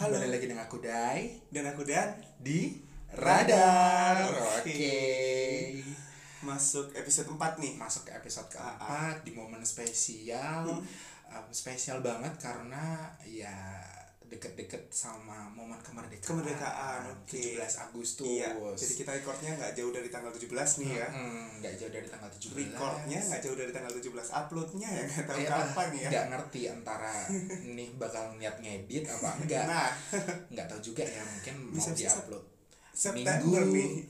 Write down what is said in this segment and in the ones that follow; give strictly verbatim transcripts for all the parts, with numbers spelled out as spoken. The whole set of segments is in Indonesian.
Halo. Kembali lagi dengan aku Dai Dan aku Dan di Radar. Oke. Oke. Masuk episode empat nih. Masuk ke episode Ah, keempat di momen spesial. Hmm. Um, spesial banget karena ya deket-deket sama momen kemerdekaan. Kemerdekaan, oke. tujuh belas Agustus. Iya. Jadi kita recordnya nggak jauh dari tanggal tujuh belas nih ya. Hmm, nggak jauh dari tanggal tujuh belas. Recordnya nggak jauh dari tanggal tujuh belas. Uploadnya ya nggak tahu Ya, kapan ya. nggak ngerti antara nih bakal niat ngedit apa enggak. Nah, Nggak tahu juga ya, mungkin mau Bisa-bisa diupload September Minggu. nih.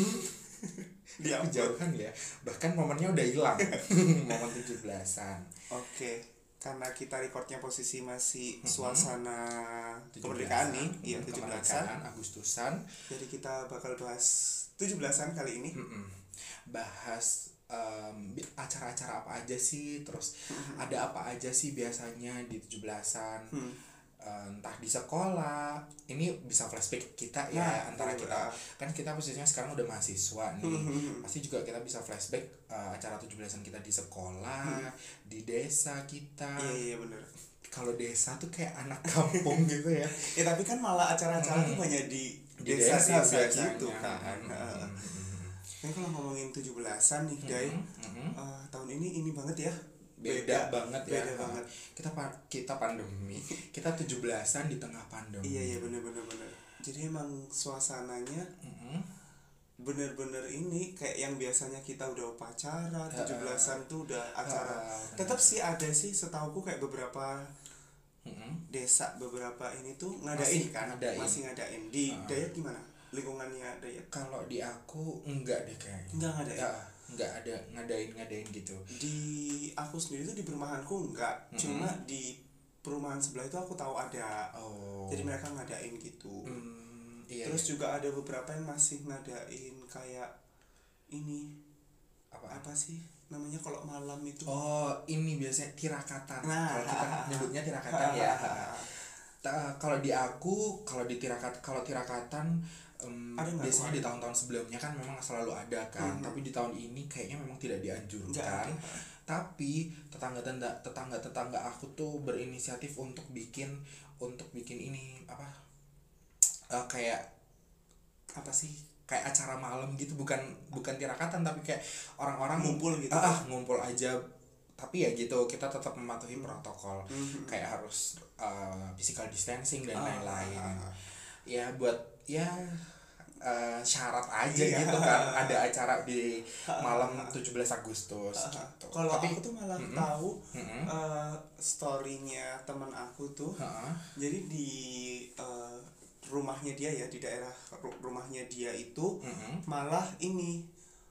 Dia kejauhan ya, bahkan momennya udah hilang. Momen tujuh belasan. Oke. Karena kita recordnya posisi masih Mhm. suasana kemerdekaan nih, iya Hmm, tujuh belasan. kemerdekaan, Agustusan. Jadi kita bakal bahas tujuh belasan kali ini. Mm-mm. Bahas em, bi- acara-acara apa aja sih, terus ada apa aja sih biasanya di tujuh belasan. Hmm. Entah di sekolah, ini bisa flashback kita ya, Nah, antara bener. kita kan kita posisinya sekarang udah mahasiswa nih, Hmm. pasti juga kita bisa flashback eh, acara tujuh belasan kita di sekolah, di desa kita. Iya iya bener. Kalau desa tuh kayak anak kampung gitu ya. Ya tapi kan malah acara-acara tuh banyak di Di desa-desa biasanya. gitu kan. Mm, Heeh. mm, mm, Tapi kalau ngomongin tujuh belasan nih, mm, Dai, mm, mm. eh, tahun ini ini banget ya. Beda, banget ya. Beda banget. Kita pa- kita pandemi. Kita tujuh belasan di tengah pandemi. Iya iya bener bener bener. Jadi emang suasananya Mm-mm. bener-bener ini kayak yang biasanya kita udah upacara tujuh belasan tuh udah acara. Ah, Tetap sih ada sih setauku kayak beberapa Mm-mm. desa beberapa ini tuh ngadain Masih kan, ngadain. masih ngadain. Di Ah. Dayat gimana? Lingkungannya Dayat? Kalau di aku enggak deh kayaknya. Enggak ngadain. Ya, enggak ada ngadain-ngadain gitu. Di aku sendiri tuh di perumahanku enggak, Mm-mm. cuma di perumahan sebelah itu aku tahu ada. Oh. Jadi mereka ngadain gitu. Hmm, iya. Terus iya. juga ada beberapa yang masih ngadain kayak ini apa? apa sih namanya kalau malam itu? Oh, ini biasanya tirakatan. Nah. Kalau kita nyebutnya tirakatan ya. Ta- kalau di aku, kalau di tirakat kalau tirakatan em, Ada nggak biasanya kemarin? di tahun-tahun sebelumnya kan memang selalu ada kan, Mhm. tapi di tahun ini kayaknya memang tidak Nggak dianjurkan. ada. Tapi tetangga-tetangga tetangga-tetangga aku tuh berinisiatif untuk bikin untuk bikin ini apa? Eh, kayak apa sih? Kayak acara malam gitu, bukan bukan tirakatan tapi kayak orang-orang Ngumpul gitu. Ah, ah, ngumpul aja. Tapi ya gitu, kita tetap mematuhi protokol. Mhm. Kayak harus uh, physical distancing dan Ah, lain-lain. ah, ah. Ya buat ya uh, syarat aja Iya. gitu kan, ada acara di malam tujuh belas Agustus gitu. Kalau Tapi aku tuh malah Mm-mm. tahu Mm-mm. eh, story-nya teman aku tuh. Ha-ha. Jadi di eh, rumahnya dia ya, di daerah ru- rumahnya dia itu Mm-mm. malah ini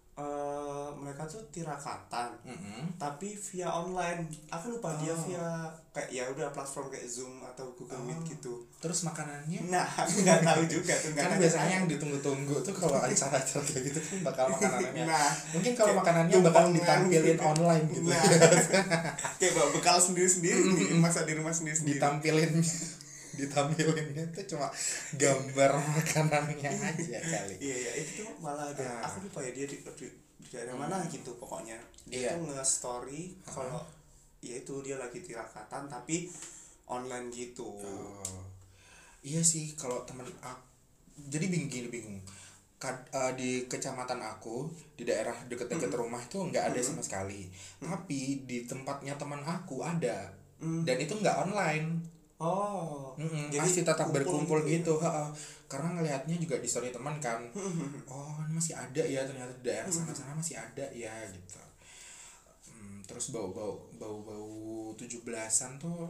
eh, mereka tuh tirakatan Mm-mm. tapi via online. Aku lupa dia Oh. via kayak ya udah platform kayak Zoom atau Google Oh. Meet gitu. Terus makanannya Nah, aku nggak tahu juga tuh. nggak kan nanya. biasanya yang ditunggu-tunggu tuh kalau acara-acara kayak gitu kan bakal makanannya. Nah, Mungkin kalau kayak makanannya bakal tumpengan ditampilin gitu. online gitu. Nah, kayak bawa bekal sendiri-sendiri, masak di rumah sendiri-sendiri. Ditampilin ditampilinnya tuh cuma gambar makanannya aja kali. Iya ya, itu tuh malah ada. Ah. Aku lupa ya dia di, di, di daerah mana gitu pokoknya. Dia Iya. tuh nge-story kalau ya itu dia lagi tirakatan tapi online gitu. Oh. Iya sih kalau temen aku jadi bingung gini bingung. Kad- eh, di kecamatan aku di daerah deket-deket rumah itu nggak ada sama sekali. Tapi di tempatnya teman aku ada Hmm. dan itu nggak online. Oh. Mm-mm, Jadi masih tetap kumpul berkumpul gitu gitu, ha-ha. Karena ngelihatnya juga di story teman kan, oh ini masih ada ya ternyata di daerah sana-sana masih ada ya gitu. Hmm, terus bau-bau bau-bau tujuh belasan tuh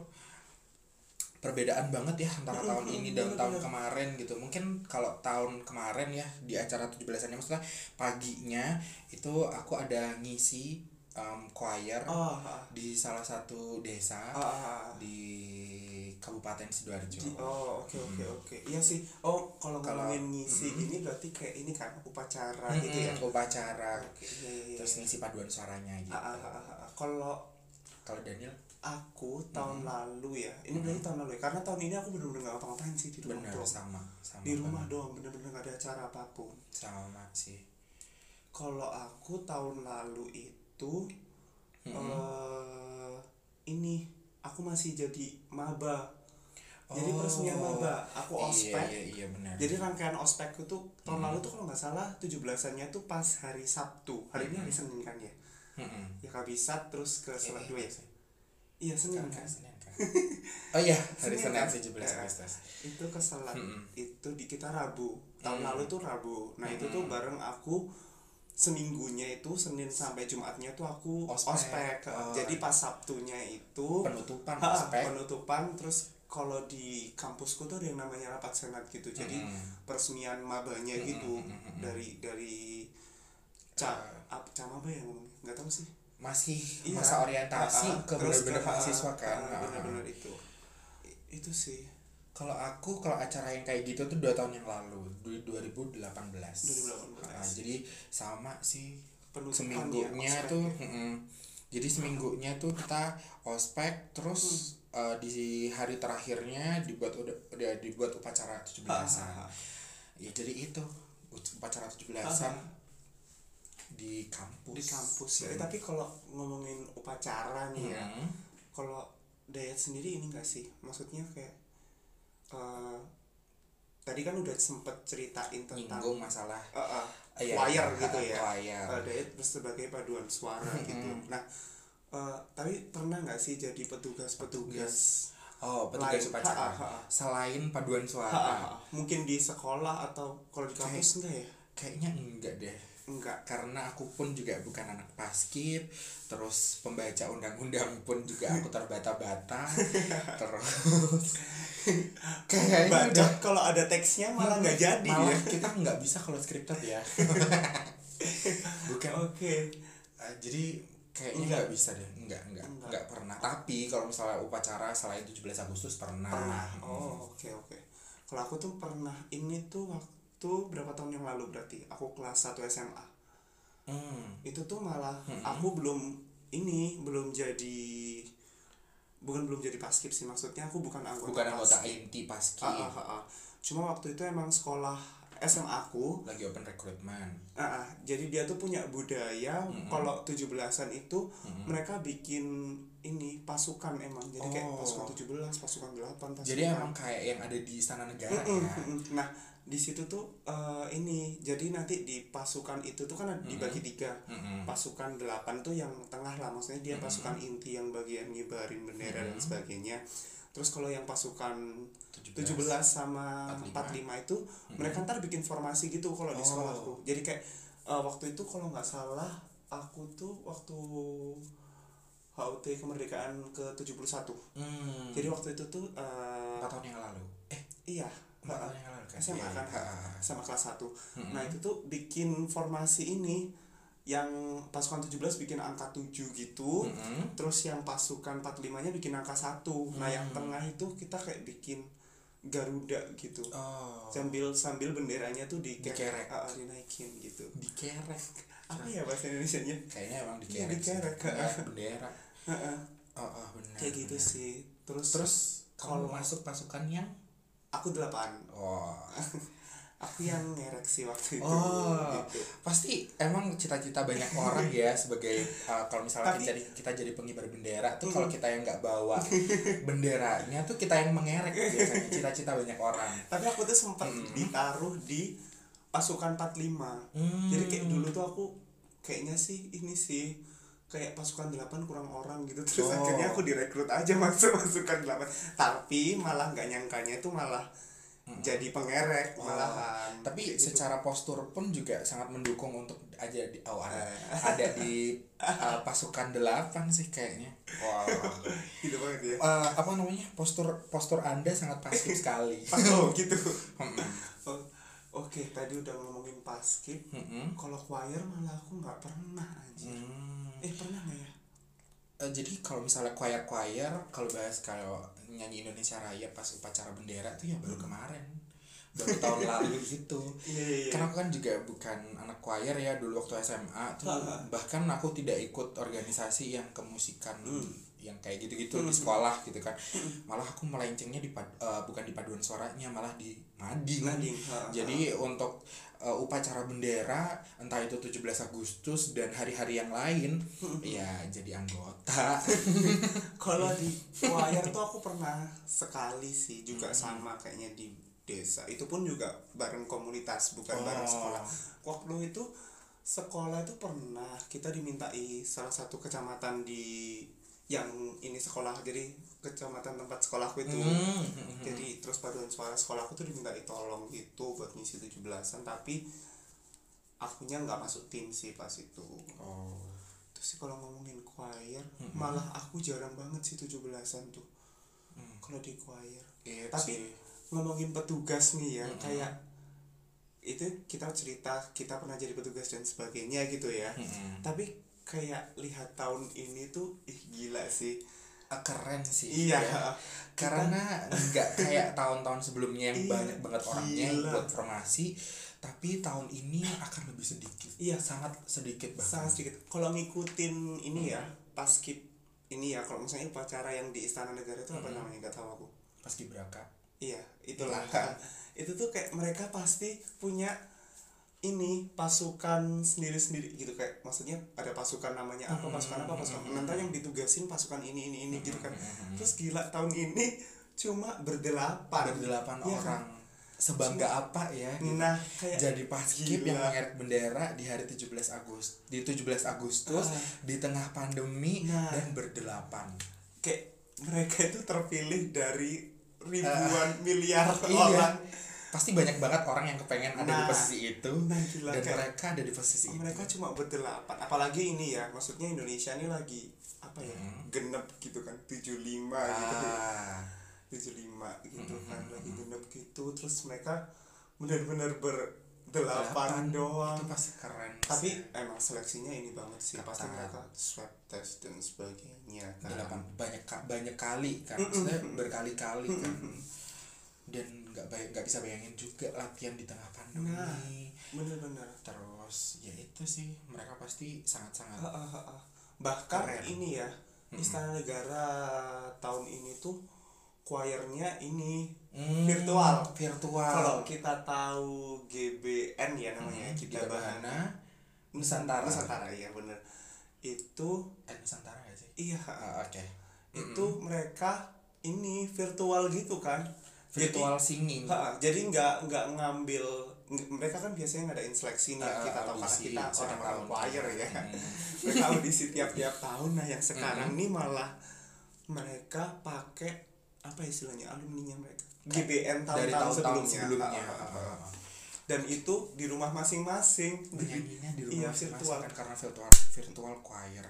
perbedaan banget ya antara tahun ini dan tahun kemarin gitu. Mungkin kalau tahun kemarin ya di acara tujuh belasannya maksudnya paginya itu aku ada ngisi um, choir Oh, ah, di salah satu desa ah, ah. di Kabupaten Sidoarjo. Di- oh oke oke oke iya sih. Oh kalau Kalau- ngomongin ngisi Mm-mm. ini berarti kayak ini kan upacara Mm-mm, gitu ya. upacara. Oke iya iya iya. Terus ngisi paduan suaranya gitu. Ah, ah, ah, ah. Kalau Kalau Daniel aku tahun Mhm. lalu ya, ini berarti tahun lalu ya, karena tahun ini aku bener-bener gak ngapa-ngapain sih di rumah benar doang. sama sama Di rumah banget. doang, bener-bener gak ada acara apapun. Sama sih. Kalau aku tahun lalu itu Mhm. eh ini aku masih jadi maba. Jadi peresmian maba, aku ospek. Iya, iya, iya benar. Jadi rangkaian ospekku tuh tahun Hmm. lalu tuh kalau nggak salah tujuh belasannya tuh pas hari Sabtu. Hari ini hari Senin kan ya. Mm-mm. Ya kabisat terus ke Selat Eh, dua ya. sih. Iya Senin Kan kan. Senin kan. Oh iya, hari Senin Senin kan? tujuh belas Ya, Agustus. itu ke Selat. Mm-mm. Itu di kita Rabu. Tahun Mm. lalu tuh Rabu. Nah, itu tuh Mm-mm. bareng aku seminggunya itu Senin sampai Jumatnya tuh aku Ospek. ospek. Oh. Jadi pas Sabtunya itu Penutupan Ha, ospek. penutupan. Terus kalau di kampusku tuh ada yang namanya rapat senat gitu. Jadi Mm-mm. peresmian mabanya Mm-mm, gitu mm-mm. dari dari ca Uh, apa ca maba ya ngomongnya nggak tahu sih. Masih Iya. masa orientasi Ah, ah, ke terus benar-benar ke- ah, mahasiswa kan. ah, Ah, benar-benar itu I- itu sih Kalau aku kalau acara yang kayak gitu tuh dua tahun yang lalu, di dua ribu delapan belas. dua ribu delapan belas. Ah, jadi sama sih Penutupan seminggunya ya, ospek tuh. ya. mm-mm. Jadi seminggunya tuh kita ospek terus eh, di hari terakhirnya dibuat udah udah dibuat upacara tujuh belasan. Ha, ha, ha. Ya jadi itu upacara tujuh belasan Ha, ha. di kampus. Di kampus ya. Hmm. Tapi kalau ngomongin upacara nih ya, Mm-mm. kalau Dayat sendiri ini enggak sih? Maksudnya kayak eh, tadi kan udah sempet ceritain tentang Nyinggung masalah eh, eh, eh, ya, choir ya, gitu ya. choir. Eh, Dayat sebagai paduan suara gitu. Nah, eh, tapi pernah nggak sih jadi petugas-petugas Oh, petugas lain? upacara. Ha, ha, ha. Selain paduan Ha, suara. ha, ha. Mungkin di sekolah atau kalau di kampus enggak ya? Kayaknya enggak deh. Enggak. Karena aku pun juga bukan anak paskib, terus pembaca undang-undang pun juga aku terbata-bata. Terus kayaknya Baca udah kalau ada teksnya malah nggak jadi malah ya. kita nggak bisa kalau scripted ya. Bukan. Oke. Uh, jadi kayaknya Enggak. nggak bisa deh, enggak enggak Enggak. enggak pernah. Tapi kalau misalnya upacara selain tujuh belas Agustus pernah. Pernah. Hmm. Oh, oke oke. Kalau aku tuh pernah ini tuh waktu berapa tahun yang lalu berarti. Aku kelas satu S M A. Hmm. Itu tuh malah Hmm. aku belum ini belum jadi bukan belum jadi paskib sih, maksudnya aku bukan anggota Bukan anggota paskib. inti paskib. Ah, ah, ah, ah. Cuma waktu itu emang sekolah S M A aku, Lagi open recruitment. ah, ah, jadi dia tuh punya budaya Mm-mm. kalau tujuh belasan itu Mm-mm. mereka bikin ini pasukan emang. Jadi kayak Oh. pasukan tujuh belas, pasukan delapan, pasukan. Jadi emang kayak yang ada di istana negara Mm-mm, ya. mm-mm. Nah, di situ tuh eh, ini. Jadi nanti di pasukan itu tuh kan ada dibagi tiga. Mm-mm. Pasukan delapan tuh yang tengah lah, maksudnya dia Mm-mm. pasukan inti yang bagian ngibarin bendera dan Mm-mm. sebagainya. Terus kalau yang pasukan tujuh tujuh belas sama empat empat puluh lima itu mereka ntar bikin formasi gitu kalau di Oh. sekolahku. Jadi kayak eh, waktu itu kalau nggak salah aku tuh waktu H U T kemerdekaan ke tujuh puluh satu. Hmm. Jadi waktu itu tuh eh, empat tahun yang lalu. Eh, iya, empat tahun yang lalu kan. S M A Iya, kan, iya. sama kelas satu. Mm-mm. Nah, itu tuh bikin formasi ini yang pasukan tujuh belas bikin angka tujuh gitu. Mm-mm. Terus yang pasukan empat puluh lima nya bikin angka satu. Nah, yang Hmm. tengah itu kita kayak bikin Garuda gitu. Oh. Sambil sambil benderanya tuh dikerek, Dikerek. ah, ah, dinaikin gitu. Dikerek. Apa ya bahasa Indonesianya? Kayaknya emang Iya, dikerek. sih. dikerek. Kayak bendera. Heeh. Oh, oh benar. Kayak gitu benar. sih. Terus Terus kamu kalau- masuk pasukan yang aku delapan. oh Aku yang ngerek sih waktu itu. Oh. Gitu. pasti emang cita-cita banyak orang ya sebagai uh, kalau misalnya Tapi- kita, kita jadi pengibar bendera tuh Mm. kalau kita yang nggak bawa benderanya tuh kita yang mengerek biasanya cita-cita banyak orang. Tapi aku tuh sempat Mm. ditaruh di pasukan empat puluh lima. Hmm. Jadi kayak dulu tuh aku kayaknya sih ini sih kayak pasukan delapan kurang orang gitu. Terus Oh. akhirnya aku direkrut aja masuk pasukan delapan. Tapi malah nggak nyangkanya tuh malah Mm. jadi pengerek Oh. malahan. Tapi Kayak gitu. secara postur pun juga sangat mendukung untuk aja di oh, ada, Eh. ada di uh, pasukan delapan sih kayaknya. Wow. gitu banget ya. Uh, apa namanya postur postur Anda sangat pasif sekali. Pas oh gitu. Mm-mm. Oh, Oke, tadi udah ngomongin paskib. Mm-mm. Kalau choir malah aku nggak pernah aja. Hmm. Eh pernah nggak ya? Eh, jadi kalau misalnya choir-choir kalau bahas kalau nyanyi Indonesia Raya pas upacara bendera tuh ya baru kemarin baru tahun lalu gitu. Iya iya iya. Karena aku kan juga bukan anak choir ya dulu waktu S M A tuh Ha-ha. bahkan aku tidak ikut organisasi yang kemusikan Hmm. yang kayak gitu-gitu di sekolah gitu kan. Malah aku melencengnya di pad, uh, bukan di paduan suaranya, malah di mading. Mading. Jadi untuk uh, upacara bendera entah itu tujuh belas Agustus dan hari-hari yang lain ya jadi anggota. Kalau di choir tuh aku pernah sekali sih juga hmm. sama kayaknya di desa. Itu pun juga bareng komunitas, bukan oh. bareng sekolah. Waktu itu sekolah itu pernah kita dimintai salah satu kecamatan di yang ini sekolah, jadi kecamatan tempat sekolahku itu. Mm-hmm. Jadi terus paduan suara sekolahku tuh dimintai tolong gitu buat ngisi tujuh belasan, tapi akunya nggak masuk tim sih pas itu. Oh. Terus sih kalau ngomongin choir, mm-hmm. malah aku jarang banget sih tujuh belasan tuh. Mm. Kalau di choir. Yeah, tapi sih. Ngomongin petugas nih ya, mm-hmm. kayak itu kita cerita kita pernah jadi petugas dan sebagainya gitu ya. Mm-hmm. Tapi kayak lihat tahun ini tuh ih gila sih, keren sih. Iya ya. Karena nggak kayak tahun-tahun sebelumnya yang iya, banyak banget orangnya yang buat formasi, tapi tahun ini akan lebih sedikit. Iya, sangat sedikit banget. Sangat sedikit. Kalau ngikutin ini hmm. ya paskib ini ya, kalau misalnya upacara yang di Istana Negara itu apa hmm. namanya nggak tahu aku. Paskibraka. Iya itulah. Itu tuh kayak mereka pasti punya ini pasukan sendiri-sendiri gitu, kayak maksudnya ada pasukan namanya apa, pasukan apa, pasukan nanti yang ditugasin pasukan ini ini ini gitu kan. Terus gila tahun ini cuma berdelapan berdelapan ya orang kan? Sebangga cuma, apa ya gitu. Nah kayak jadi paskib yang mengerek bendera di hari tujuh belas Agustus di tujuh belas Agustus ah. di tengah pandemi nah, dan berdelapan. Kayak mereka itu terpilih dari ribuan uh, miliar iya. orang. Pasti banyak banget orang yang kepengen ada nah, di posisi itu nah gila, dan kayak, mereka ada di posisi mereka itu. Mereka cuma berdelapan, apalagi ini ya, maksudnya Indonesia ini lagi apa ya, hmm. genep gitu kan, tujuh puluh lima ah. gitu, tujuh puluh lima gitu hmm. kan, lagi genep gitu, terus mereka benar-benar berdelapan doang. Itu pasti keren. Tapi sih. Emang seleksinya ini banget sih, ketat. Pasti mereka swab test dan sebagainya kan. Delapan banyak banyak kali kan, maksudnya berkali-kali kan. Dan nggak baik nggak bisa bayangin juga latihan di tengah pandemi. Nah, bener-bener. Terus ya itu sih mereka pasti sangat-sangat uh, uh, uh, uh. bahkan keren. Ini ya mm-hmm. Istana Negara tahun ini tuh choirnya ini mm, virtual virtual kalau kita tahu G B N ya namanya, mm, Gita Bahana Nusantara Nusantara ya bener itu eh, Nusantara ya sih iya uh, oke okay. Itu mm-hmm. mereka ini virtual gitu kan, virtual jadi, singing. Ha, jadi nggak nggak ngambil, mereka kan biasanya nggak ada seleksi nih, uh, kita tahu karena kita orang-orang choir ya. Hmm. Mereka audisi tiap-tiap tahun. Nah yang sekarang hmm. nih malah mereka pakai apa istilahnya alumninya mereka G B N tahun-tahun sebelumnya. sebelumnya. Uh, uh, uh, uh. Dan itu di rumah masing-masing. Menyanyinya di rumah iya, masing-masing virtual. Kan karena virtual virtual choir.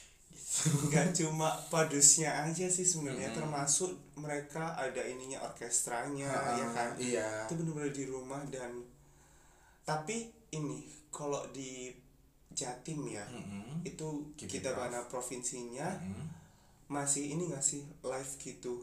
Nggak cuma padusnya aja sih sebenarnya, hmm. termasuk mereka ada ininya orkestranya uh, ya kan. Iya. Itu benar-benar di rumah. Dan tapi ini kalau di Jatim ya, mm-hmm. itu Keep kita mana provinsinya mm-hmm. masih ini nggak sih live gitu?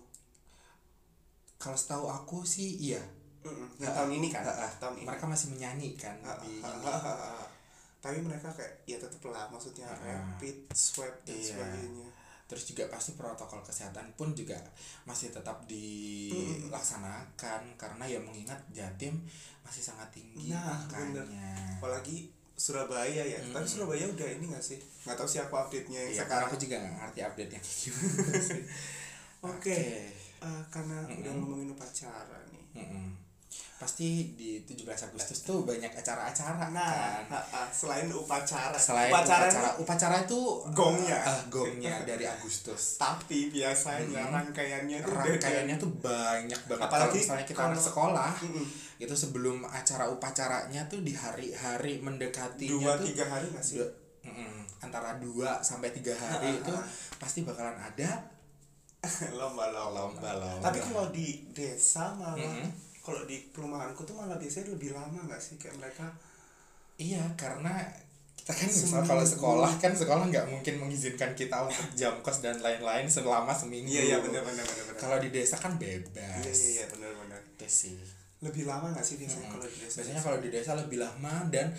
Kalau setahu aku sih iya. Mm-hmm. Nah, tahun ini kan, uh, uh, tahun ini mereka masih menyanyi kan uh, di uh, uh, uh, uh, uh. Tapi mereka kayak ya tetap lah, maksudnya uh, rapid swab dan iya. sebagainya. Terus juga pasti protokol kesehatan pun juga masih tetap dilaksanakan mm-hmm. karena ya mengingat Jatim masih sangat tinggi nah, makanya. Bener. Apalagi Surabaya ya. Mm-hmm. Tapi Surabaya udah ini nggak sih? Nggak tahu sih aku update-nya yang iya, sekarang. Aku juga nggak ngerti update-nya gimana sih. Oke. Okay. Uh, karena mm-hmm. udah ngomongin upacara nih. Mm-hmm. Pasti di tujuh belas Agustus tuh banyak acara-acara nah, kan. Uh, uh, selain upacara. Selain upacara, upacara, upacara itu gongnya, uh, gongnya dari Agustus. Tapi biasanya hmm. rangkaiannya tuh rangkaiannya tuh banyak banget. Apalagi kalau misalnya kita anak sekolah, mm-mm. itu sebelum acara upacaranya tuh di hari-hari mendekatinya dua tuh tiga hari nggak sih? Dua, antara dua sampai tiga hari itu pasti bakalan ada lomba-lomba. lomba-lomba. Tapi kalau di desa malah mm-hmm. kalau di perumahanku tuh malah biasanya lebih lama nggak sih kayak mereka? Iya, karena kita kan misal kalau sekolah kan sekolah nggak mungkin mengizinkan kita untuk jam kos dan lain-lain selama seminggu. Iya iya benar benar benar. Kalau di desa kan bebas. Iya iya iya benar benar. Itu sih. Lebih lama nggak sih biasanya hmm. kalau di desa? Biasanya kalau di desa lebih lama dan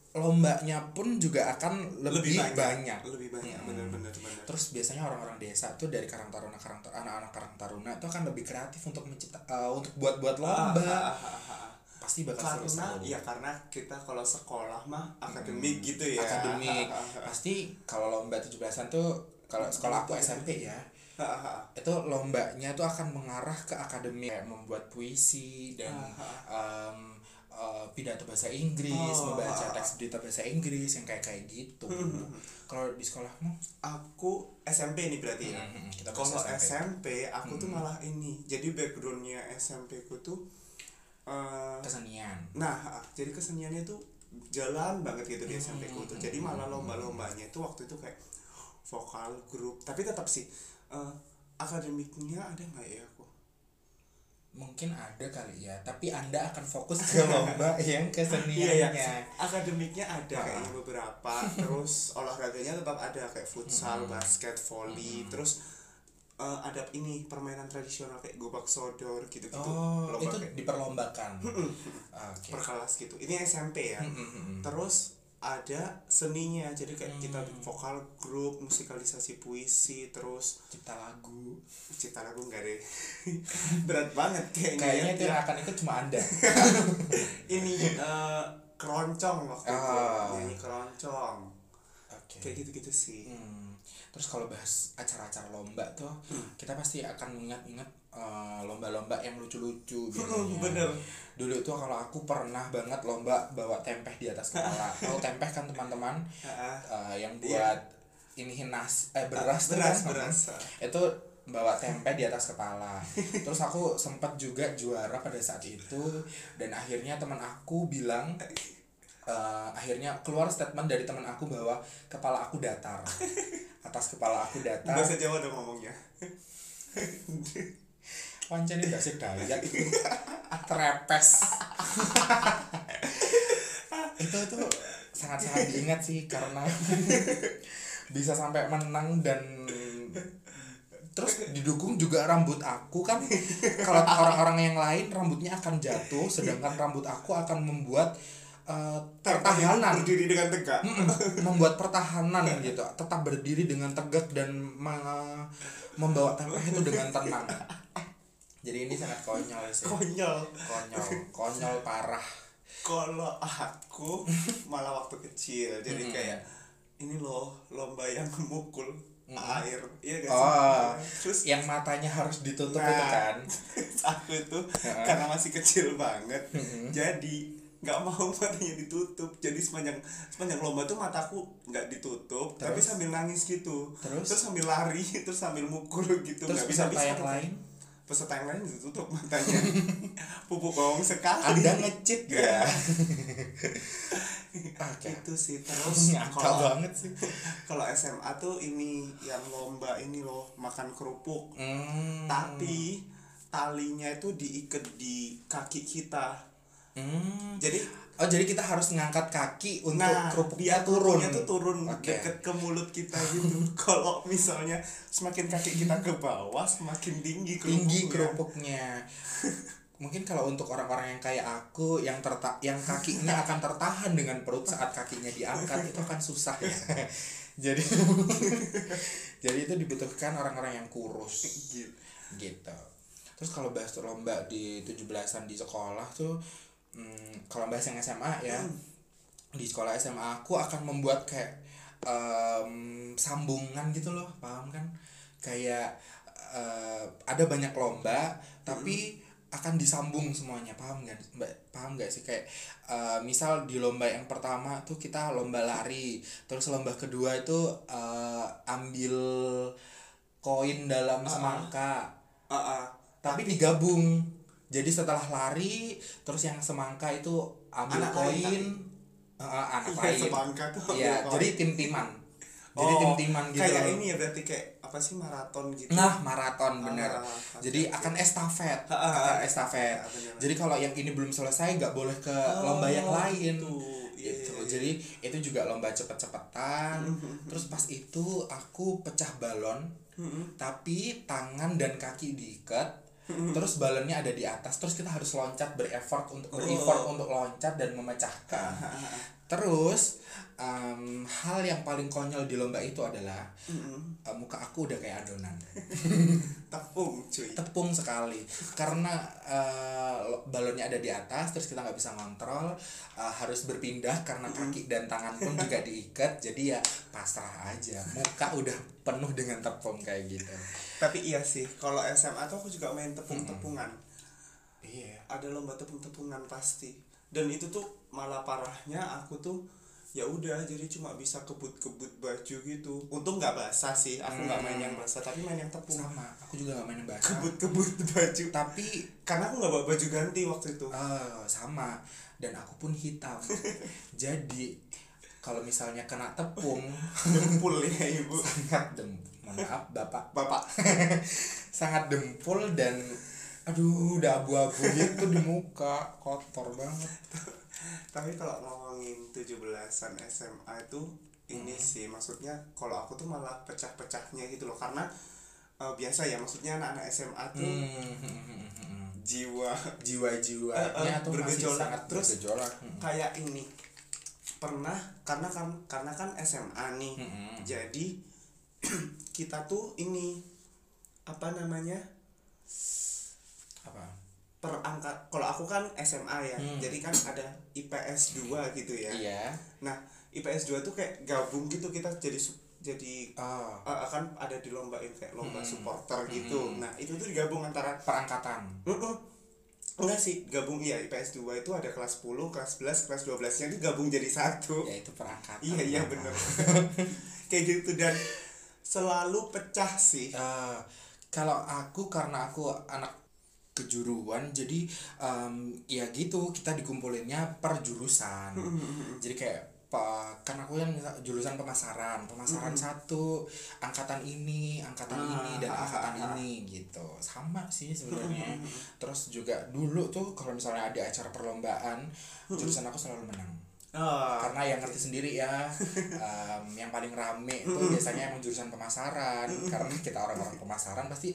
lombanya pun juga akan lebih, lebih banyak, banyak. lebih banyak Hmm. benar-benar benar. Terus biasanya orang-orang desa tuh dari Karang Taruna Karang Tar- anak-anak Karang Taruna tuh akan lebih kreatif untuk mencipta uh, untuk buat-buat lomba. Ah, ah, ah, ah, ah. Pasti bakal Karena seru-seru. ya karena kita kalau sekolah mah akademik Hmm, gitu ya. Akademik. Ah, ah, ah. Pasti kalau lomba tujuh belasan tuh kalau sekolah aku S M P ya. Ah, ah, ah. Itu lombanya tuh akan mengarah ke akademik, kayak membuat puisi dan Ah, ah. um, uh, pidato bahasa Inggris, Oh, membaca ah, ah. teks berita bahasa Inggris yang kayak kayak gitu. Kalau di sekolahmu? Aku S M P ini berarti ya. Hmm, kita bahas Kalau S M P. S M P aku tuh Hmm. malah ini. Jadi backgroundnya S M P ku tuh eh, Kesenian. nah, ah, jadi keseniannya tuh jalan banget gitu di S M P ku tuh. Hmm. Jadi malah lomba-lombanya itu waktu itu kayak vokal grup, tapi tetap sih eh, akademiknya ada nggak ya aku? Mungkin ada kali ya, tapi Anda akan fokus ke lomba yang Iya, keseniannya. iya. Akademiknya ada Ah. kayaknya beberapa, terus olahraganya tetap ada kayak futsal, Hmm. basket, volley, Hmm. terus eh, ada ini permainan tradisional kayak gobak sodor gitu-gitu. Oh, Lomba itu kayak diperlombakan. Oke. per kelas gitu. Ini S M P ya. Hmm, hmm, hmm. Terus ada seninya, jadi kayak kita Hmm. vokal grup, musikalisasi puisi, terus Cipta lagu. cipta lagu enggak deh. Berat banget kayaknya. Kayaknya itu ya. yang akan ikut cuma Anda. Ini eh, keroncong waktu itu, Ah. nyanyi keroncong. Oke. Kayak gitu-gitu sih. Hmm. Terus kalau bahas acara-acara lomba tuh, kita pasti akan mengingat-ingat uh, lomba-lomba yang lucu-lucu biasanya. Bener. Dulu tuh kalau aku pernah banget lomba bawa tempeh di atas kepala. Tahu tempeh kan teman-teman, Heeh. uh, yang Iya. buat ini nas eh beras tuh beras, kan? beras. Itu bawa tempe di atas kepala. Terus aku sempat juga juara pada saat itu, dan akhirnya teman aku bilang uh, akhirnya keluar statement dari teman aku bahwa kepala aku datar. Atas kepala aku datar. Bahasa Jawa dong ngomongnya. Pancen bahasa Dayak. Trepes. Itu tuh sangat-sangat diingat sih karena bisa sampai menang, dan terus didukung juga rambut aku kan. Kalau orang-orang yang lain rambutnya akan jatuh, sedangkan rambut aku akan membuat uh, pertahanan, Berdiri dengan tegak. Mm-mm, membuat pertahanan gitu, tetap berdiri dengan tegak dan me- membawa tempeh itu dengan tenang. Jadi ini sangat konyol sih. Konyol. Konyol, konyol parah. Kalau aku malah waktu kecil, jadi Mm-mm. kayak ini loh lomba yang memukul Mm-mm. air, iya gak sih? Oh, Terus yang matanya harus ditutup Nah. itu kan. aku itu karena masih kecil banget, Mm-mm. jadi nggak mau matanya ditutup. Jadi sepanjang sepanjang lomba tuh mataku nggak ditutup, tapi Terus? sambil nangis gitu. Terus? sambil lari, terus sambil mukul gitu. Terus Nggak bisa peserta bisa. yang lain, Peserta yang lain ditutup matanya. Pupuk bohong sekali. Anda ngecit ya. Oke. Itu sih. Terus Nyangkal kalau banget sih. kalau S M A tuh ini yang lomba ini loh, makan kerupuk. Hmm. Tapi talinya itu diikat di kaki kita. Hmm. Jadi Oh, jadi kita harus ngangkat kaki untuk nah, kerupuknya dia turun. turunnya tuh turun Oke. deket ke mulut kita gitu. Kalau misalnya semakin kaki kita ke bawah, semakin tinggi kerupuknya. Tinggi kerupuknya. Mungkin kalau untuk orang-orang yang kayak aku yang terta yang kakinya akan tertahan dengan perut saat kakinya diangkat, itu akan susah ya. Jadi jadi itu dibutuhkan orang-orang yang kurus Gitu. gitu. Terus kalau bahas lomba di tujuh belasan di sekolah tuh, hmm, kalau bahas yang S M A ya, di sekolah S M A aku akan membuat kayak em, sambungan gitu loh, paham kan? Kayak eh, ada banyak lomba tapi akan disambung semuanya, paham nggak mbak? Paham nggak sih? Kayak eh, misal di lomba yang pertama tuh kita lomba lari, terus lomba kedua itu eh, ambil koin dalam Ah, semangka, Ah, ah. tapi digabung. Jadi setelah lari, terus yang semangka itu ambil Anak lain, koin, eh, eh, anak Iya, lain. semangka tuh Iya, ambil jadi koin. tim-timan. Jadi Oh, tim-timan gitu. kayak loh. ini ya, berarti kayak apa sih, maraton gitu. Nah, maraton bener. Ah, Jadi oke, akan oke. estafet, Ah, ah, akan ah, estafet. ah, bener. Jadi kalau yang ini belum selesai nggak boleh ke Oh, lomba yang lain. gitu. Iya, Gitu. iya, iya. Jadi itu juga lomba cepet-cepetan. Terus pas itu aku pecah balon, Mm-mm. tapi tangan dan kaki diikat. terus balonnya ada di atas, terus kita harus loncat bereffort untuk Oh. bereffort untuk loncat dan memecahkan. Terus um, hal yang paling konyol di lomba itu adalah Mm-mm. uh, muka aku udah kayak adonan. Tepung cuy. Tepung sekali karena uh, balonnya ada di atas, terus kita nggak bisa ngontrol, uh, harus berpindah karena kaki dan tangan pun juga diikat, jadi ya pasrah aja, muka udah penuh dengan tepung kayak gitu. Tapi iya sih, kalau S M A tuh aku juga main tepung-tepungan. Iya. Ada lomba tepung-tepungan pasti. Dan itu tuh malah parahnya aku tuh ya udah jadi cuma bisa kebut-kebut baju gitu. Untung nggak basah sih, aku nggak main yang basah, tapi main yang tepung. Sama, aku juga nggak main yang basah. Kebut-kebut baju. Tapi Karena aku nggak bawa baju ganti waktu itu. uh, sama, dan aku pun hitam. Jadi kalau misalnya kena tepung Dempul ya ibu. sangat dempul. Mohon maaf bapak. Bapak. Sangat dempul dan aduh udah abu-abu gitu di muka, kotor banget. Tapi kalau ngomongin tujuh belasan S M A itu ini Hmm. sih maksudnya kalau aku tuh malah pecah-pecahnya gitu loh, karena uh, biasa ya maksudnya anak-anak S M A tuh Hmm. jiwa Jiwa-jiwanya Eh, eh, tuh masih bergejolak. sangat Terus bergejolak. Hmm. kayak ini pernah karena kan karena kan S M A nih. Hmm. Jadi kita tuh ini apa namanya Apa? perangkat, kalau aku kan S M A ya, Hmm. jadi kan ada I P S dua gitu ya. Iya. Nah I P S dua tuh kayak gabung gitu, kita jadi su- jadi Oh, uh, akan ada dilombain kayak lomba Hmm. supporter gitu. Hmm. Nah itu tuh digabung antara perangkatan. Mm-mm. enggak sih gabung, iya I P S dua itu ada kelas sepuluh, kelas sebelas, kelas dua belas nya itu gabung jadi satu. Ya itu perangkatan. Iya iya bener. Kayak gitu, dan selalu pecah sih. Eh, kalau aku karena aku anak kejuruan, jadi em, ya gitu kita dikumpulinnya per jurusan. Jadi kayak pa- kan aku yang misal- jurusan pemasaran, pemasaran satu, angkatan ini, angkatan Ah, ini dan ah, angkatan ah, ah. ini gitu. Sama sih sebenarnya. Terus juga dulu tuh kalau misalnya ada acara perlombaan, jurusan aku selalu menang. Ah, Karena yang ngerti sendiri ya, em, yang paling rame itu biasanya emang jurusan pemasaran, karena kita orang-orang pemasaran pasti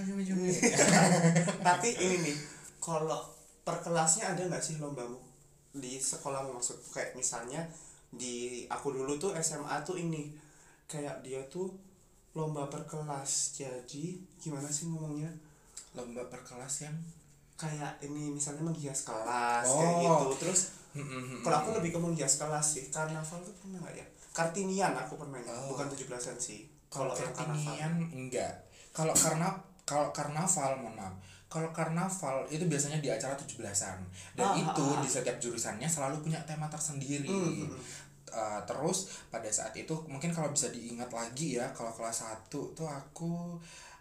tapi ini nih, kalau per kelasnya ada nggak sih lombamu di sekolah, maksud kayak misalnya di aku dulu tuh S M A tuh ini kayak dia tuh lomba per kelas. Jadi gimana sih ngomongnya, lomba per kelas yang kayak ini misalnya menghias kelas Oh. kayak gitu. Terus kalau aku lebih ke menghias kelas sih. Karnaval tuh pernah nggak ya? Kartinian aku pernah ya, Oh. bukan tujuh belasan sih. kalau yang karnaval. Kartinian enggak. Kalau karena kalau karnaval, mohon maaf. Kalau karnaval itu biasanya di acara tujuh belasan dan Ah, itu ah, ah. di setiap jurusannya selalu punya tema tersendiri. Hmm, hmm, Uh, terus pada saat itu mungkin kalau bisa diingat lagi ya, kalau kelas satu tuh aku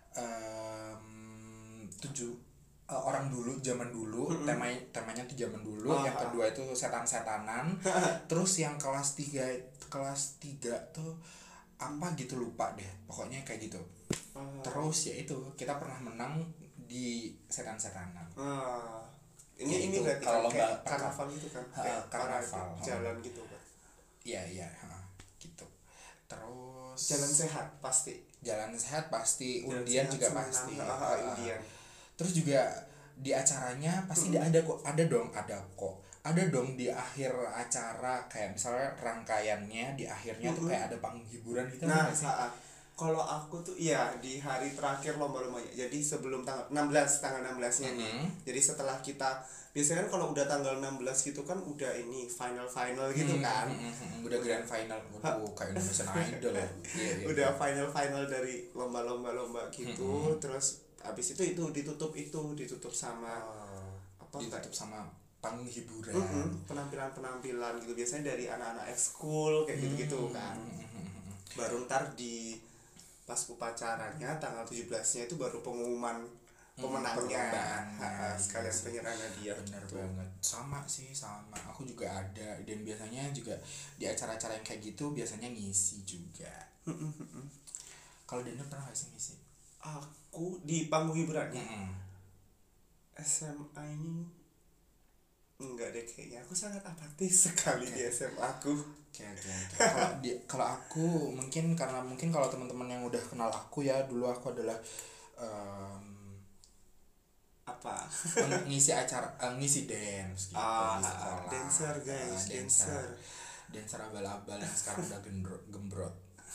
um, tujuh uh, orang dulu, zaman dulu, Mm-mm. tema temanya tuh zaman dulu. Ah, Yang ah. kedua itu setan-setanan. Terus yang kelas tiga kelas tiga tuh apa gitu, lupa deh. Pokoknya kayak gitu. Ah. Terus ya itu kita pernah menang di setan-setanan. Ah. Ya, Ini ini itu berarti kalau kan kayak lomba- karnaval gitu kan, Ha, kayak karnaval. parade jalan gitu kan, Iya iya, ha, gitu. Terus jalan sehat pasti. jalan sehat pasti, Jalan undian sehat juga Semenang. pasti. Ah, ah, Ha, ha. undian. Terus juga di acaranya pasti ada kok, ada dong, ada kok. Ada dong di akhir acara kayak misalnya rangkaiannya di akhirnya tuh Mm-mm. kayak ada panggung hiburan gitu. Nah, nggak sih? saat kalau aku tuh iya di hari terakhir lomba-lombanya. Jadi sebelum tanggal enam belas, tanggal enam belas-nya nih. Mm-mm. Jadi setelah kita biasanya kan kalau udah tanggal enam belas gitu kan udah ini final-final gitu Hmm, kan. hmm, hmm, hmm. Udah grand final. Waduh, kayak Indonesian Idol ya. Iya, iya, Udah iya. final-final dari lomba-lomba-lomba gitu. Mm-mm. Terus habis itu itu ditutup itu ditutup sama apa Ditutup sama panggung hiburan. Mm-mm, penampilan-penampilan gitu biasanya dari anak-anak ekskul kayak gitu-gitu kan. Hmm. Baru ntar di pas upacaranya tanggal tujuh belas-nya itu baru pengumuman pemenangnya. perlombaannya, Ha-ha, sekalian iya sih. penyerahan hadiah. Bener gitu. banget, sama sih, sama aku juga ada, dan biasanya juga di acara-acara yang kayak gitu biasanya ngisi juga. Kalau Daniel pernah gak sih ngisi? Aku di panggung hiburannya Mm-mm. S M A ini enggak deh kayaknya. Aku sangat apatis sekali di S M A aku. Oke oke oke. Kalau di kalau aku mungkin karena mungkin kalau teman-teman yang udah kenal aku ya, dulu aku adalah em, apa ngisi acara uh, ngisi dance gitu ah, di sekolah. dancer guys, uh, dancer dancer abal-abal yang sekarang udah gendro- gembrot.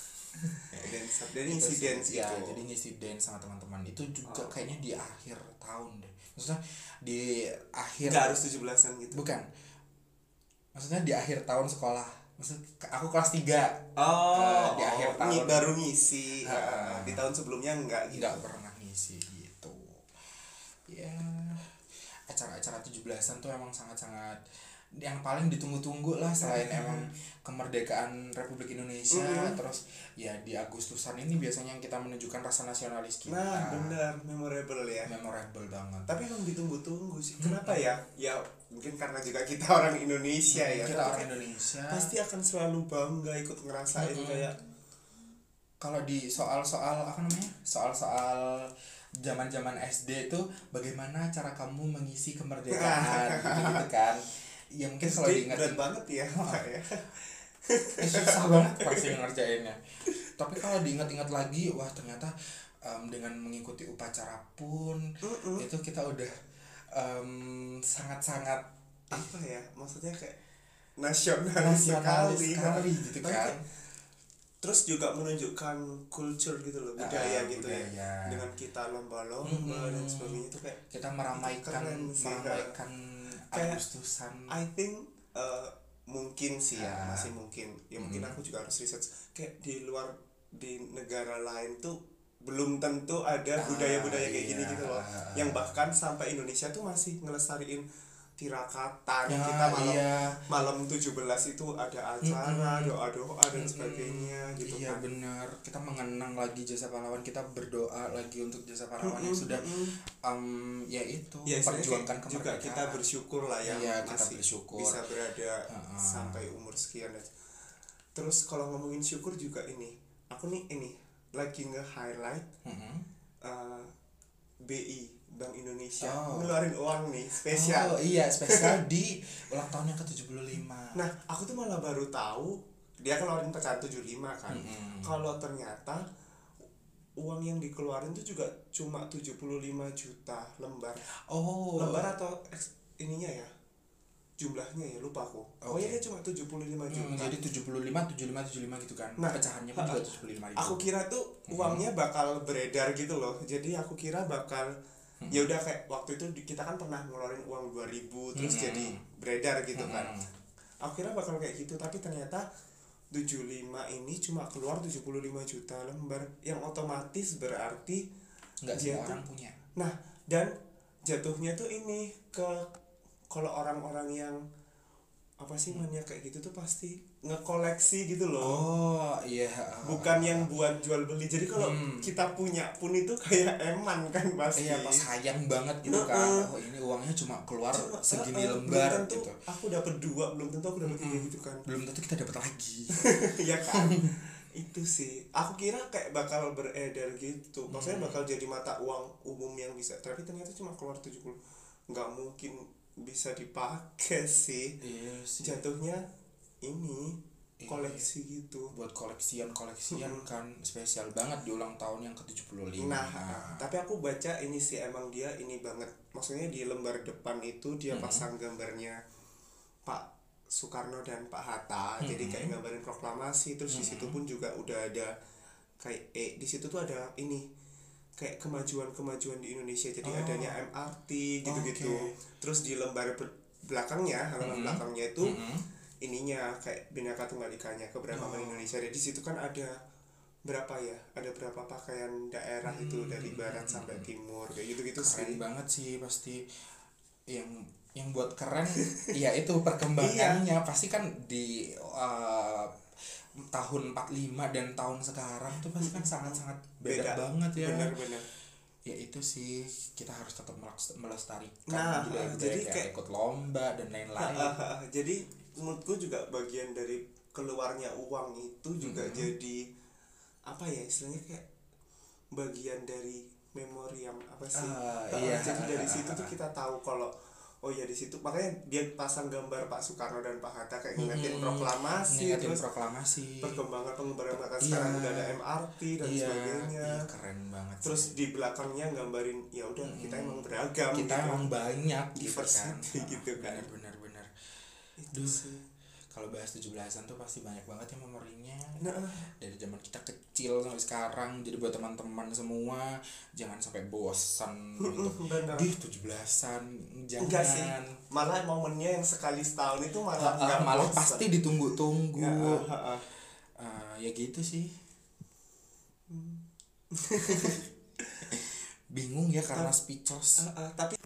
dancer dan ngisi dance ya, itu. jadi ngisi dance sama teman-teman itu juga oh. kayaknya di akhir tahun deh, maksudnya di akhir nggak harus tujuh belasan gitu, bukan, maksudnya di akhir tahun sekolah, maksud aku kelas tiga. Oh, uh, di akhir tahun ng- baru ngisi. Uh, uh, di tahun sebelumnya enggak gitu. Enggak pernah ngisi gitu. Ya, acara-acara tujuh belasan tuh emang sangat-sangat yang paling ditunggu-tunggu lah, selain emang kemerdekaan Republik Indonesia. Mm-hmm. Terus ya di Agustusan ini biasanya yang kita menunjukkan rasa nasionalis kita. Nah, benar, memorable ya. Memorable banget. Tapi emang ditunggu-tunggu sih. Kenapa mm-hmm. ya? Ya mungkin karena juga kita orang Indonesia mm-hmm. ya. Kita orang Indonesia. Pasti akan selalu bangga ikut ngerasain mm-hmm. kayak kalau di soal-soal apa namanya? Soal-soal zaman-zaman S D itu bagaimana cara kamu mengisi kemerdekaan gitu-gitu kan. Ya mungkin kalau diingat berat banget ya Pak ya. Eh, susah banget pasti ngerjainnya. Tapi kalau diingat-ingat lagi, wah ternyata um, dengan mengikuti upacara pun uh-uh. itu kita udah um, sangat-sangat apa ya? Maksudnya kayak nasionalis, nasionalis sekali, sekali gitu kan. Terus juga menunjukkan culture gitu loh, budaya uh, gitu budaya. Ya. Dengan kita lomba-lomba mm-hmm. dan sebagainya itu kayak kita meramaikan meramaikan Agustusan. I think uh, mungkin sih ya, uh, masih mungkin. Ya mungkin mm. aku juga harus research kayak di luar di negara lain tuh belum tentu ada uh, budaya-budaya kayak iya, gini gitu loh. Uh, yang bahkan sampai Indonesia tuh masih ngelestariin tirakatan, ya, kita malam iya. malam tujuh belas itu ada acara, mm-hmm. doa-doa dan mm-hmm. sebagainya gitu iya, kan. Iya benar. Kita mengenang lagi jasa pahlawan, kita berdoa lagi untuk jasa pahlawan mm-hmm. yang sudah um, ya itu ya, memperjuangkan kemerdekaan. Juga kita bersyukur lah ya, iya, masih bersyukur. bisa berada uh-uh. sampai umur sekian. Terus kalau ngomongin syukur juga ini, aku nih ini lagi nge-highlight mm-hmm. uh, B I Bank Indonesia oh. ngeluarin uang nih spesial. Oh iya, spesial di ulang tahun yang ke tujuh puluh lima. Nah, aku tuh malah baru tahu dia keluarin pecahan tujuh puluh lima kan. Mm-hmm. Kalau ternyata uang yang dikeluarin tuh juga cuma tujuh puluh lima juta lembar. Oh. Lembar atau eks, ininya ya? Jumlahnya ya lupa aku. Okay. Oh ya dia cuma tujuh puluh lima juta. Hmm, jadi tujuh puluh lima tujuh puluh lima tujuh puluh lima gitu kan. Nah, pecahannya pun juga tujuh puluh lima ribu. Aku kira tuh uangnya bakal beredar gitu loh. Jadi aku kira bakal hmm. ya udah kayak waktu itu kita kan pernah ngeluarin uang dua ribu terus hmm. jadi beredar gitu hmm. kan. Aku kira bakal kayak gitu, tapi ternyata tujuh puluh lima ini cuma keluar tujuh puluh lima juta lembar, yang otomatis berarti nggak semua orang punya. Nah, dan jatuhnya tuh ini ke kalau orang-orang yang apa sih mania kayak gitu tuh pasti ngekoleksi gitu loh. Oh iya. Bukan yang buat jual beli. Jadi kalau hmm. kita punya pun itu kayak eman kan pasti. Iya, pas sayang banget gitu nah, kan. Oh ini uangnya cuma keluar cuma, segini uh, lembar belum tentu gitu. Aku dapat dua, belum tentu aku dapat tiga hmm. gitu kan. Belum tentu kita dapat lagi. Iya kan. Itu sih. Aku kira kayak bakal beredar gitu. Maksudnya hmm. bakal jadi mata uang umum yang bisa. Tapi ternyata cuma keluar tujuh puluh. Nggak mungkin bisa dipakai sih. Iya sih. Jatuhnya ini koleksi iya. gitu. Buat koleksian-koleksian hmm. kan spesial banget di ulang tahun yang ke tujuh puluh lima. Nah, nah, tapi aku baca ini sih emang dia ini banget. Maksudnya di lembar depan itu dia hmm. pasang gambarnya Pak Soekarno dan Pak Hatta. Hmm. Jadi kayak gambarin proklamasi, terus hmm. di situ pun juga udah ada kayak eh di situ tuh ada ini kayak kemajuan-kemajuan di Indonesia, jadi oh. adanya M R T gitu-gitu. Okay. Terus di lembar belakangnya, halaman mm-hmm. belakangnya itu mm-hmm. ininya kayak Bhinneka Tunggal Ikanya, keberagaman oh. Indonesia. Jadi di situ kan ada berapa ya? Ada berapa pakaian daerah mm-hmm. itu dari barat mm-hmm. sampai timur kayak gitu-gitu sih. Keren banget sih pasti. Yang yang buat keren ya itu perkembangannya pasti kan di uh, tahun empat puluh lima dan tahun sekarang tuh pasti kan sangat-sangat beda, beda banget ya. Benar-benar. Ya itu sih kita harus tetap melestarikan nah, budaya jadi kayak, kayak ikut lomba dan lain-lain. Uh, uh, uh, jadi menurutku juga bagian dari keluarnya uang itu juga mm-hmm. jadi apa ya istilahnya kayak bagian dari memori yang apa sih? Uh, uh, iya, jadi dari uh, situ uh, tuh kita tahu kalau oh ya di situ makanya dia pasang gambar Pak Soekarno dan Pak Hatta kayak ngingetin Hmm, proklamasi, ngingetin terus proklamasi. perkembangan pengembangan maka Iya. sekarang udah ada M R T dan Iya, sebagainya. iya, keren banget sih. Terus di belakangnya gambarin ya udah kita emang beragam kita gitu. emang banyak gitu kan. Diversity gitu kan. Bener bener bener. Itu Duh, sih. kalau bahas tujuh belasan tuh pasti banyak banget ya memorinya. Nah, Dari zaman kita kecil sampai sekarang. Jadi buat teman-teman semua jangan sampai bosan untuk bener. di tujuh belasan. Jangan. Enggak sih. Malah momennya yang sekali setahun itu malah Uh, uh, enggak malah bosan. pasti ditunggu-tunggu. Ya, uh, uh, uh. Uh, ya gitu sih. Bingung ya karena speechless. Uh, uh, tapi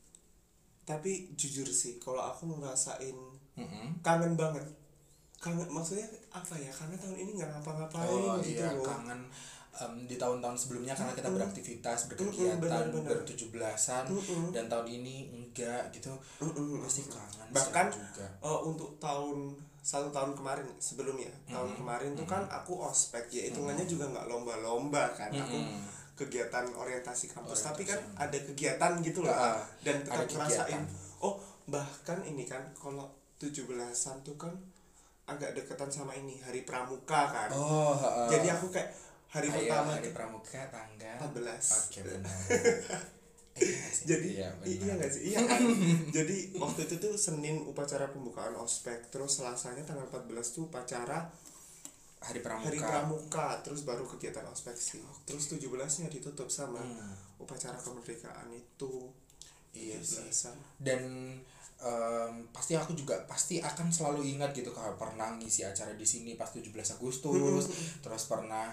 tapi jujur sih kalau aku ngerasain Mm-mm. kangen banget. Kangen maksudnya apa ya? Karena tahun ini nggak ngapa-ngapain Oh gitu iya, loh. kangen um, di tahun-tahun sebelumnya karena kita Mm-mm. beraktivitas, Mm-mm, berkegiatan, benar-benar. bertujuh belasan, Mm-mm. dan tahun ini enggak gitu. Mm-mm. Pasti kangen sih Bahkan aku juga. uh, untuk tahun satu tahun kemarin sebelumnya tahun Mm-mm. kemarin tuh kan aku ospek ya hitungannya juga nggak lomba-lomba kan. Aku Mm-mm. kegiatan orientasi kampus Orientasi. tapi kan ada kegiatan gitu loh. Ah, Dan tetap ada ngerasain kegiatan. oh bahkan ini kan kalau tujuh belasan tuh kan agak deketan sama ini hari pramuka kan. Oh, uh, Jadi aku kayak hari ayo, pertama hari tuh pramuka tanggal empat belas. Oke, benar. Eh, iya sih. Jadi iya, i- iya nggak sih iya kan. Jadi waktu itu tuh Senin upacara pembukaan ospek, terus Selasanya tanggal empat belas tuh upacara hari pramuka. hari pramuka, terus baru kegiatan ospek sih. Terus tujuh belasnya ditutup sama Hmm. upacara kemerdekaan itu. Iya sih. tujuh belasan. Dan um, pasti aku juga pasti akan selalu ingat gitu kalau pernah ngisi acara di sini pas tujuh belas Agustus, terus pernah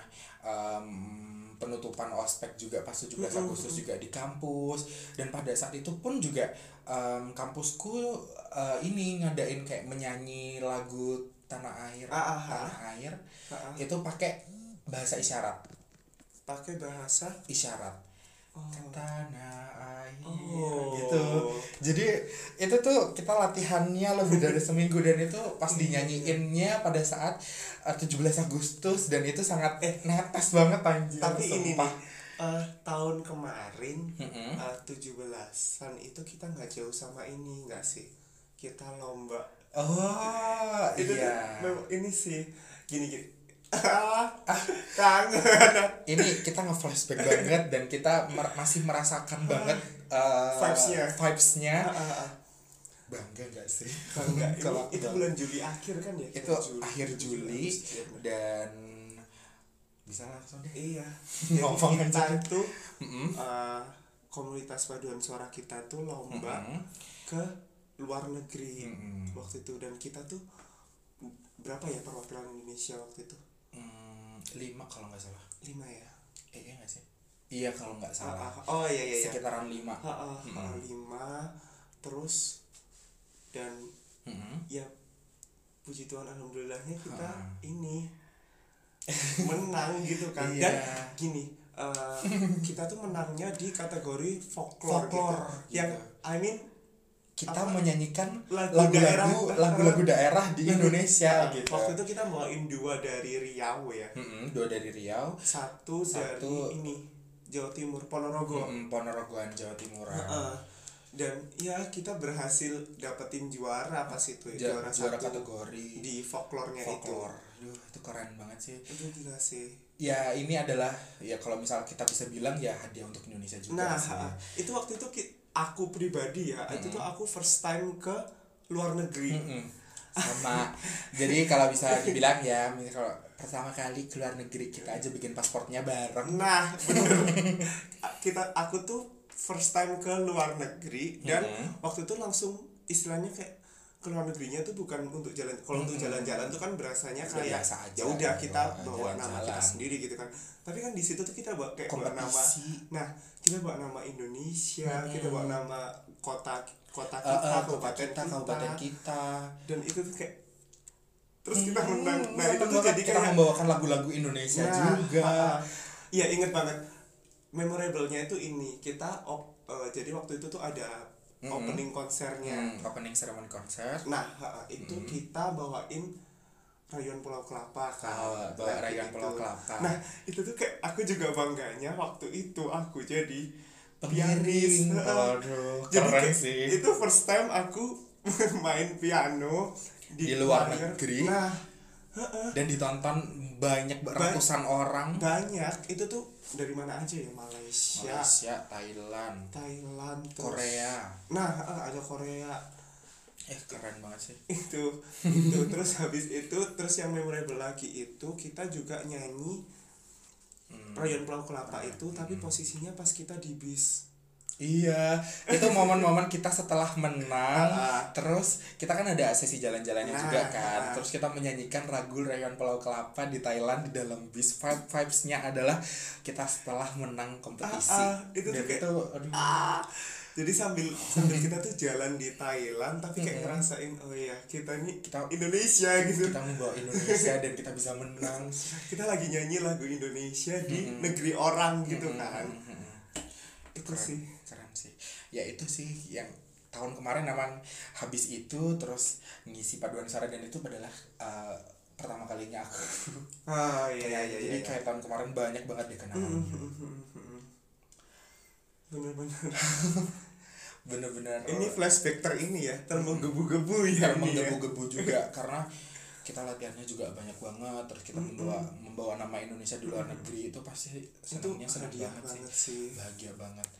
um, penutupan ospek juga pas tujuh belas Agustus juga di kampus. Dan pada saat itu pun juga um, kampusku uh, ini ngadain kayak menyanyi lagu tanah air, Ah, ah, ah. tanah air Ah, ah. itu pakai bahasa isyarat, Pakai bahasa isyarat. oh. Tanah air Oh. gitu. Jadi itu tuh kita latihannya lebih dari seminggu dan itu pas dinyanyiinnya pada saat uh, tujuh belas Agustus dan itu sangat eh netes banget anjir. Tapi ini sumpah. nih eh, tahun kemarin Mm-mm. eh, tujuh belasan itu kita nggak jauh sama ini nggak sih? Kita lomba. Oh Itu tuh iya. memang ini sih gini-gini. Ah, kangen. Ini kita nge-flashback banget dan kita mer- masih merasakan banget uh, Vibes-nya. vibes-nya. Ah, ah, ah. Bangga gak sih? Bangga. Ini- Kalau itu bulan Juli akhir kan ya? itu akhir Juli Agustus, ya. dan bisa langsung deh. Iya. Jadi Ngomong kita aja. itu Mm-mm. eh, komunitas paduan suara kita tuh lomba Mm-mm. ke luar negeri Mm-mm. waktu itu dan kita tuh berapa ya perwakilan Indonesia waktu itu? Hmm, lima kalau nggak salah. Lima ya. Eh, iya nggak sih? Iya kalau nggak salah. Ah, ah. Oh iya iya iya. Sekitaran lima. Ah, ah, ah, Mm-mm. lima terus dan Mm-mm. ya puji Tuhan alhamdulillahnya kita Ah. ini menang gitu kan. Iya. Dan gini eh, kita tuh menangnya di kategori folklore, Folklore, gitu. Yang gitu. I mean Kita Apa? menyanyikan Lagu lagu-lagu daerah. lagu-lagu daerah di Indonesia Nah, gitu. waktu itu kita bawain dua dari Riau ya. Mm-mm, dua dari Riau, Satu, Satu. dari ini Jawa Timur, Ponorogo. mm, Ponorogoan, Jawa Timuran. Heeh. Dan ya kita berhasil dapetin juara pas itu Ja- ya, juara, juara satu kategori di folklore-nya folklore. Duh, itu keren banget sih. itu. Itu gila sih. Ya ini adalah ya kalau misal kita bisa bilang ya hadiah untuk Indonesia juga Nah, sih. ha, itu waktu itu ki- aku pribadi ya, itu tuh aku first time ke luar negeri. Mm-mm. Sama. Jadi kalau bisa dibilang ya, misal kalau pertama kali ke luar negeri kita aja bikin pasportnya bareng. Nah, bener. kita aku tuh first time ke luar negeri dan Mm-mm. waktu itu langsung istilahnya kayak ke luar negerinya tuh bukan untuk jalan. Kalau untuk Mm-mm. jalan-jalan tuh kan berasanya Ya, kayak biasa aja ya udah gitu, kita bawa nama jalan-jalan. kita sendiri gitu kan. Tapi kan di situ tuh kita bawa kayak bawa nama. Kompetisi. Nah, kita bawa nama Indonesia, Mm-mm. kita bawa nama kota kota Eh, kita, eh, kabupaten kita, kita, kabupaten kita. dan itu tuh kayak terus kita Hmm, menang. Nah, itu seneng tuh banget jadi kita kayak membawakan lagu-lagu Indonesia Nah, juga. ha-ha. Iya inget banget. Memorable-nya itu ini kita op, eh, jadi waktu itu tuh ada Mm-mm. opening konsernya. Hmm, opening ceremony konser. Nah ha-ha, itu Mm. kita bawain Rayuan Pulau Kelapa kan. Oh, bawa Lagi Rayuan itu. Pulau Kelapa. Nah itu tuh kayak aku juga bangganya waktu itu aku jadi pengiring. pianis. Waduh, Jadi keren kayak- sih. itu first time aku main piano Di luar choir. negeri. Nah, Dan ditonton banyak ratusan orang. banyak itu tuh dari mana aja ya, Malaysia, Malaysia, Thailand, Thailand, terus- Korea. Nah, eh, ada Korea. Eh keren banget sih. itu itu terus habis itu terus yang memorable lagi itu kita juga nyanyi Hmm. Rayon Pulau Kelapa itu, tapi posisinya pas kita di bis. Iya, itu momen-momen kita setelah menang, Ah. terus kita kan ada sesi jalan-jalannya Nah, juga kan, ah. terus kita menyanyikan lagu Rayon Pulau Kelapa di Thailand di dalam bis. Vibe vibesnya adalah kita setelah menang kompetisi. Ah, ah, itu Dan tuh kayak- itu, aduh, Ah, jadi sambil sambil kita tuh jalan di Thailand tapi kayak Mm-mm. ngerasain oh ya kita nih Kita- Indonesia gitu. kita membawa Indonesia dan kita bisa menang. Kita lagi nyanyi lagu Indonesia di Mm-mm. negeri orang gitu Mm-mm, kan. mm-mm. Itu Keren, sih. keren sih. Ya itu sih yang tahun kemarin memang habis itu terus ngisi paduan suara, dan itu adalah uh, pertama kalinya aku. Ah iya iya Jadi iya. kayak tahun kemarin banyak banget deh kenangan. Bener-bener. Bener-bener Ini flashback ter ini ya, termenggebu-gebu ya. emang ini ya. gebu-gebu juga karena kita latihannya juga banyak banget, terus kita membawa membawa nama Indonesia di luar negeri, itu pasti Itu senangnya senang hadiah banget, banget sih. sih. Bahagia banget.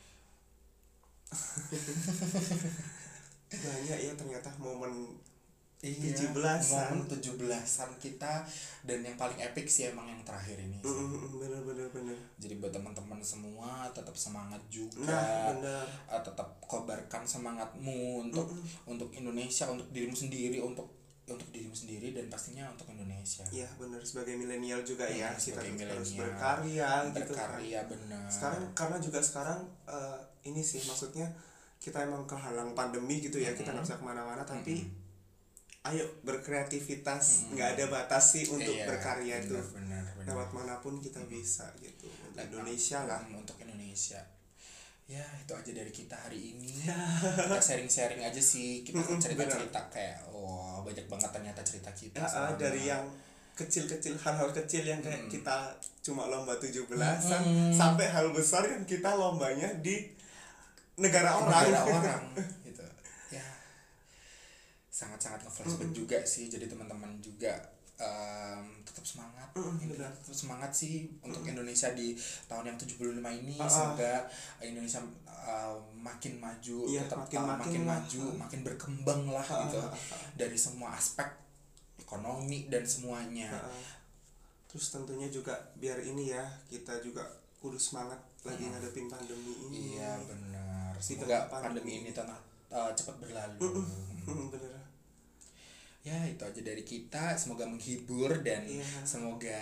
Banyak ya ternyata momen Iya, tujuh belasan. momen tujuh belasan kita, dan yang paling epic sih emang yang terakhir ini sih. Mm, bener bener bener. Jadi buat teman-teman semua tetap semangat juga. Nah bener. uh, tetap kobarkan semangatmu untuk untuk Indonesia, untuk dirimu sendiri, untuk untuk dirimu sendiri, dan pastinya untuk Indonesia. Ya bener, sebagai milenial juga ya, Hmm, kita sebagai tetap harus milenial, berkarya gitu kan. berkarya benar. Sekarang karena juga sekarang eh, ini sih maksudnya kita emang kehalang pandemi gitu ya, kita nggak bisa kemana-mana, tapi ayo berkreativitas, nggak ada batas sih untuk Iya, berkarya benar, itu benar, benar. lewat manapun kita bisa gitu, untuk Dan, Indonesia lah. hmm, untuk Indonesia. Ya itu aja dari kita hari ini. Kita sharing-sharing aja sih, kita Mm-mm, cerita-cerita kayak oh banyak banget ternyata cerita kita. Ya, eh, selama- dari yang kecil-kecil, hal-hal kecil yang kayak kita cuma lomba tujuh belasan Mm. sampai hal besar yang kita lombanya di negara orang. negara orang gitu ya, sangat-sangat nge-flashback juga sih. Jadi teman-teman juga em, tetap semangat. Mm, Ini benar. tetap semangat sih untuk Indonesia di tahun yang tujuh puluh lima ini. Ah, ah. Semoga Indonesia em, makin maju, Iya, tetap makin- eh, makin makin lah. maju, makin berkembang lah Ah, gitu, ah, ah. dari semua aspek ekonomi dan semuanya. Heeh. Terus tentunya juga biar ini ya, kita juga kudu semangat lagi ngadepin pandemi ini. Iya benar. Di Semoga tengah pandemi ini tenang, eh, cepat berlalu. Hmm, bener. Ya itu aja dari kita, semoga menghibur dan Iya. semoga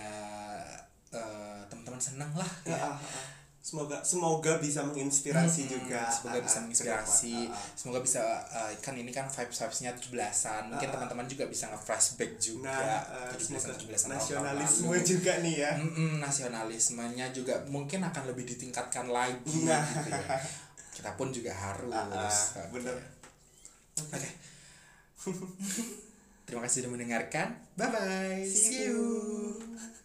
eh, teman-teman senang lah Ya, ya. ah, ah. Semoga semoga bisa menginspirasi Hmm, juga. semoga ah, bisa ah, menginspirasi, ke depan. Ah, ah. semoga bisa eh, kan ini kan vibes vibesnya tujuh belasan, mungkin Ah, ah. teman-teman juga bisa nge-flashback juga Nah, eh, tujuh belasan semoga tujuh belasan nasionalisme juga nih ya. Mm-mm, nasionalismenya juga mungkin akan lebih ditingkatkan lagi Nah. gitu ya. Kita pun juga harus. Ah, ah, Oke. bener. Oke. Terima kasih sudah mendengarkan. Bye bye. See you.